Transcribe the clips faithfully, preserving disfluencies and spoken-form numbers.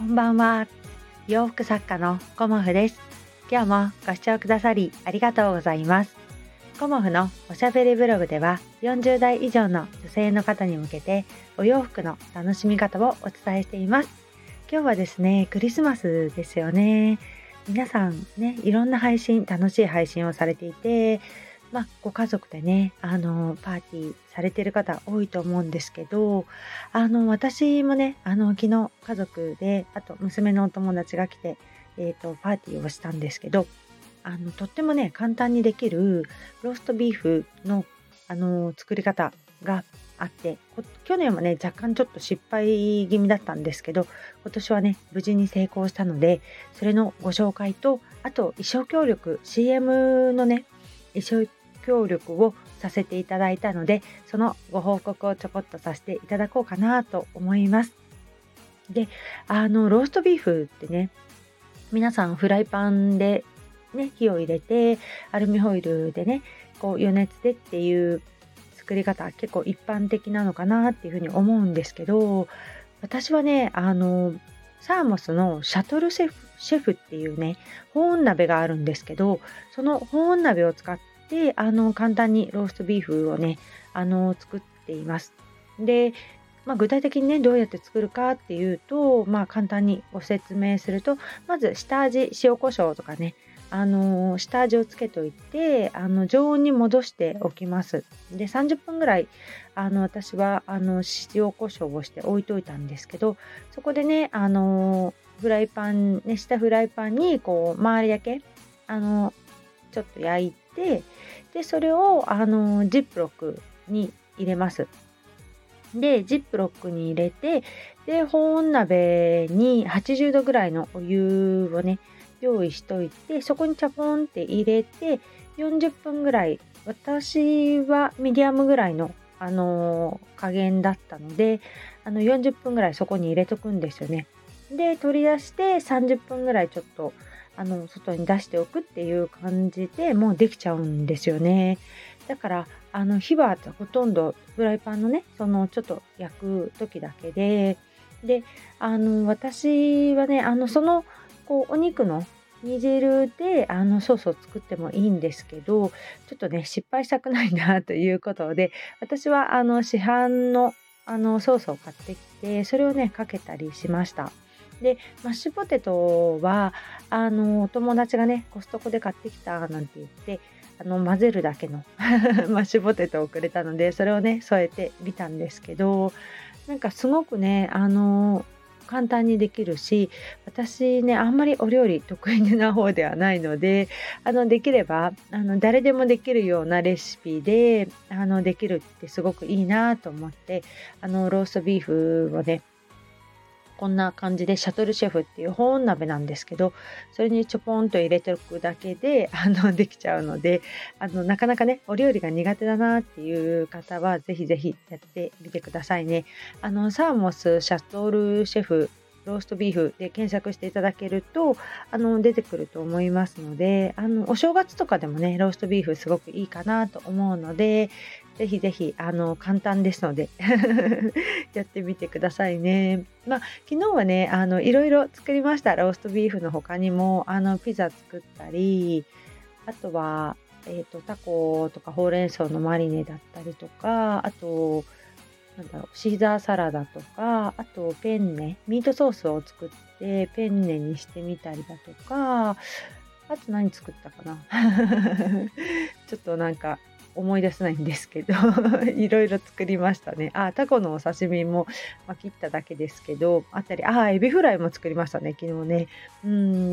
こんばんは。洋服作家のコモフです。今日もご視聴くださりありがとうございます。コモフのおしゃべりブログではよんじゅう代以上の女性の方に向けてお洋服の楽しみ方をお伝えしています。今日はですね、クリスマスですよね。皆さんね、いろんな配信、楽しい配信をされていて、まあ、ご家族でね、あの、パーティーされてる方多いと思うんですけど、あの、私もね、あの、昨日家族で、あと娘のお友達が来て、えっと、パーティーをしたんですけど、あの、とってもね、簡単にできるローストビーフの、あの、作り方があって、こ去年はね、若干ちょっと失敗気味だったんですけど、今年はね、無事に成功したので、それのご紹介と、あと衣装協力、シーエム のね、衣装協力をさせていただいたので、そのご報告をちょこっとさせていただこうかなと思います。で、あの、ローストビーフってね、皆さんフライパンでね、火を入れて、アルミホイルでね、こう余熱でっていう作り方、結構一般的なのかなっていうふうに思うんですけど、私はね、あの、サーモスのシャトルシェフシェフっていうね、保温鍋があるんですけど、その保温鍋を使って、あの、簡単にローストビーフをね、あの、作っています。で、まあ、具体的にね、どうやって作るかっていうと、まあ、簡単にご説明すると、まず下味、塩コショウとかね、あの、下味をつけておいて、あの、常温に戻しておきます。で、さんじゅっぷんぐらい、あの、私は、あの、塩コショウをして置いといたんですけど、そこでね、あの、フライパン、熱したフライパンに、こう、周りだけ、あの、ちょっと焼いて、で、それを、あの、ジップロックに入れます。で、ジップロックに入れて、で、保温鍋にはちじゅうどぐらいのお湯をね、用意しといて、そこにチャポンって入れて、よんじゅっぷんぐらい、私はミディアムぐらいの、あのー加減だったので、あのよんじゅっぷんぐらいそこに入れとくんですよね。で、取り出してさんじゅっぷんぐらいちょっと、あの、外に出しておくっていう感じでもうできちゃうんですよね。だから、あの、火はほとんどフライパンのね、そのちょっと焼く時だけで、で、あの、私はね、あの、その、こう、お肉の煮汁で、あの、ソースを作ってもいいんですけど、ちょっとね、失敗したくないなということで、私は、あの、市販の、あの、ソースを買ってきて、それをね、かけたりしました。で、マッシュポテトは、あの、お友達がね、コストコで買ってきたなんて言って、あの、混ぜるだけのマッシュポテトをくれたので、それをね、添えてみたんですけど、なんかすごくね、あの、簡単にできるし、私ね、あんまりお料理得意な方ではないので、あの、できれば、あの、誰でもできるようなレシピで、あの、できるってすごくいいなと思って、あの、ローストビーフをね、こんな感じでシャトルシェフっていう保温鍋なんですけど、それにちょぽんと入れておくだけで、あの、できちゃうので、あの、なかなかね、お料理が苦手だなっていう方は、ぜひぜひやってみてくださいね。あの、サーモスシャトルシェフローストビーフで検索していただけると、あの、出てくると思いますので、あの、お正月とかでもね、ローストビーフすごくいいかなと思うので、ぜひぜひ、あの、簡単ですのでやってみてくださいね。まあ、昨日はね、あの、いろいろ作りました。ローストビーフの他にも、あの、ピザ作ったり、あとは、えっと、タコとかほうれん草のマリネだったりとか、あと、なんだろう、シーザーサラダとか、あとペンネ、ミートソースを作ってペンネにしてみたりだとか、あと何作ったかなちょっとなんか思い出せないんですけどいろいろ作りましたね。あ、タコのお刺身も、まあ、切っただけですけど、あったり、あ、エビフライも作りましたね、昨日ね。うん、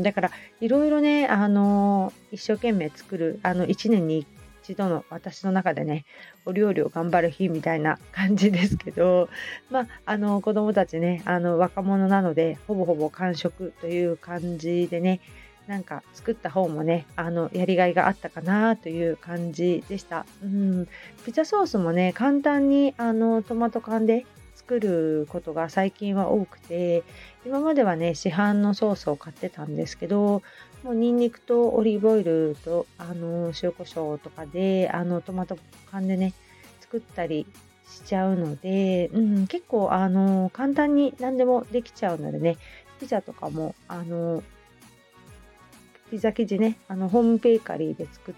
だからいろいろね、あのー一生懸命作る、あのいちねんに一度の私の中でね、お料理を頑張る日みたいな感じですけど、まあ、あの子供たちね、あの若者なので、ほぼほぼ完食という感じでね、なんか作った方もね、あのやりがいがあったかなという感じでした。うん、ピザソースもね、簡単にあのトマト缶で作ることが最近は多くて、今まではね、市販のソースを買ってたんですけど、もうニンニクとオリーブオイルとあの塩コショウとかであのトマト缶でね作ったりしちゃうので、うん、結構あの簡単に何でもできちゃうのでね、 ピザとかもあのピザ生地ね、あのホームベーカリーで作って、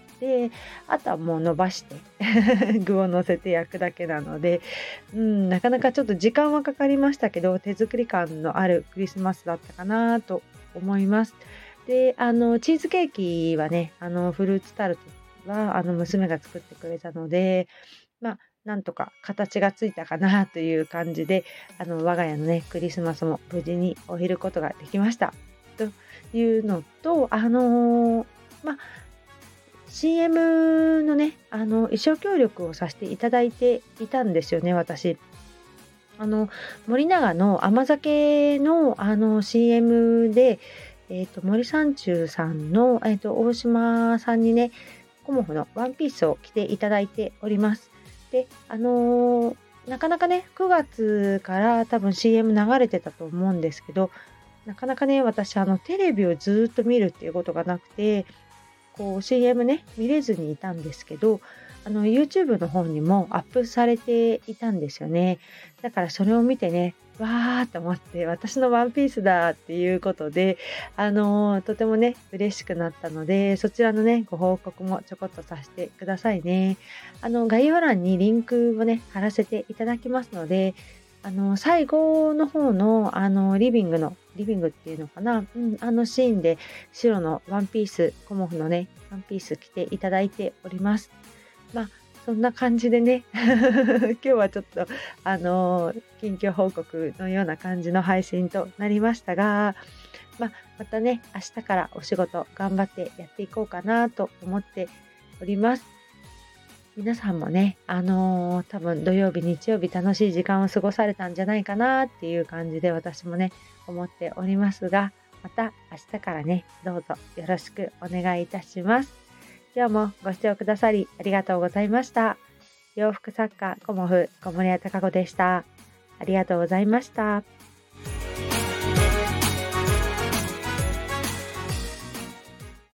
あとはもう伸ばして具を乗せて焼くだけなので、うん、なかなかちょっと時間はかかりましたけど、手作り感のあるクリスマスだったかなと思います。で、あのチーズケーキはね、あのフルーツタルトはあの娘が作ってくれたので、まあ、なんとか形がついたかなという感じで、あの我が家のね、クリスマスも無事に終えることができました。というのと、あの、ま、シーエム のね、あの、衣装協力をさせていただいていたんですよね、私。あの、森永の甘酒の、あの、シーエム で、えっと、森三中さんの、えっと、大島さんにね、コモフのワンピースを着ていただいております。で、あの、なかなかね、くがつから多分 シーエム 流れてたと思うんですけど、なかなかね、私あのテレビをずっと見るっていうことがなくて、こう シーエム ね、見れずにいたんですけど、あの YouTube の方にもアップされていたんですよね。だからそれを見てね、わーと思って、私のワンピースだっていうことで、あの、とてもね、嬉しくなったので、そちらのね、ご報告もちょこっとさせてくださいね。あの、概要欄にリンクをね、貼らせていただきますので、あの、最後の方の、あの、リビングの、リビングっていうのかな、うん、あのシーンで白のワンピース、コモフのね、ワンピース着ていただいております。まあ、そんな感じでね、今日はちょっと、あの、近況報告のような感じの配信となりましたが、まあ、またね、明日からお仕事頑張ってやっていこうかなと思っております。皆さんもね、あの、多分土曜日、日曜日楽しい時間を過ごされたんじゃないかなっていう感じで私もね、思っておりますが、また明日からね、どうぞよろしくお願いいたします。今日もご視聴くださりありがとうございました。洋服作家コモフ小森屋隆子でした。ありがとうございました。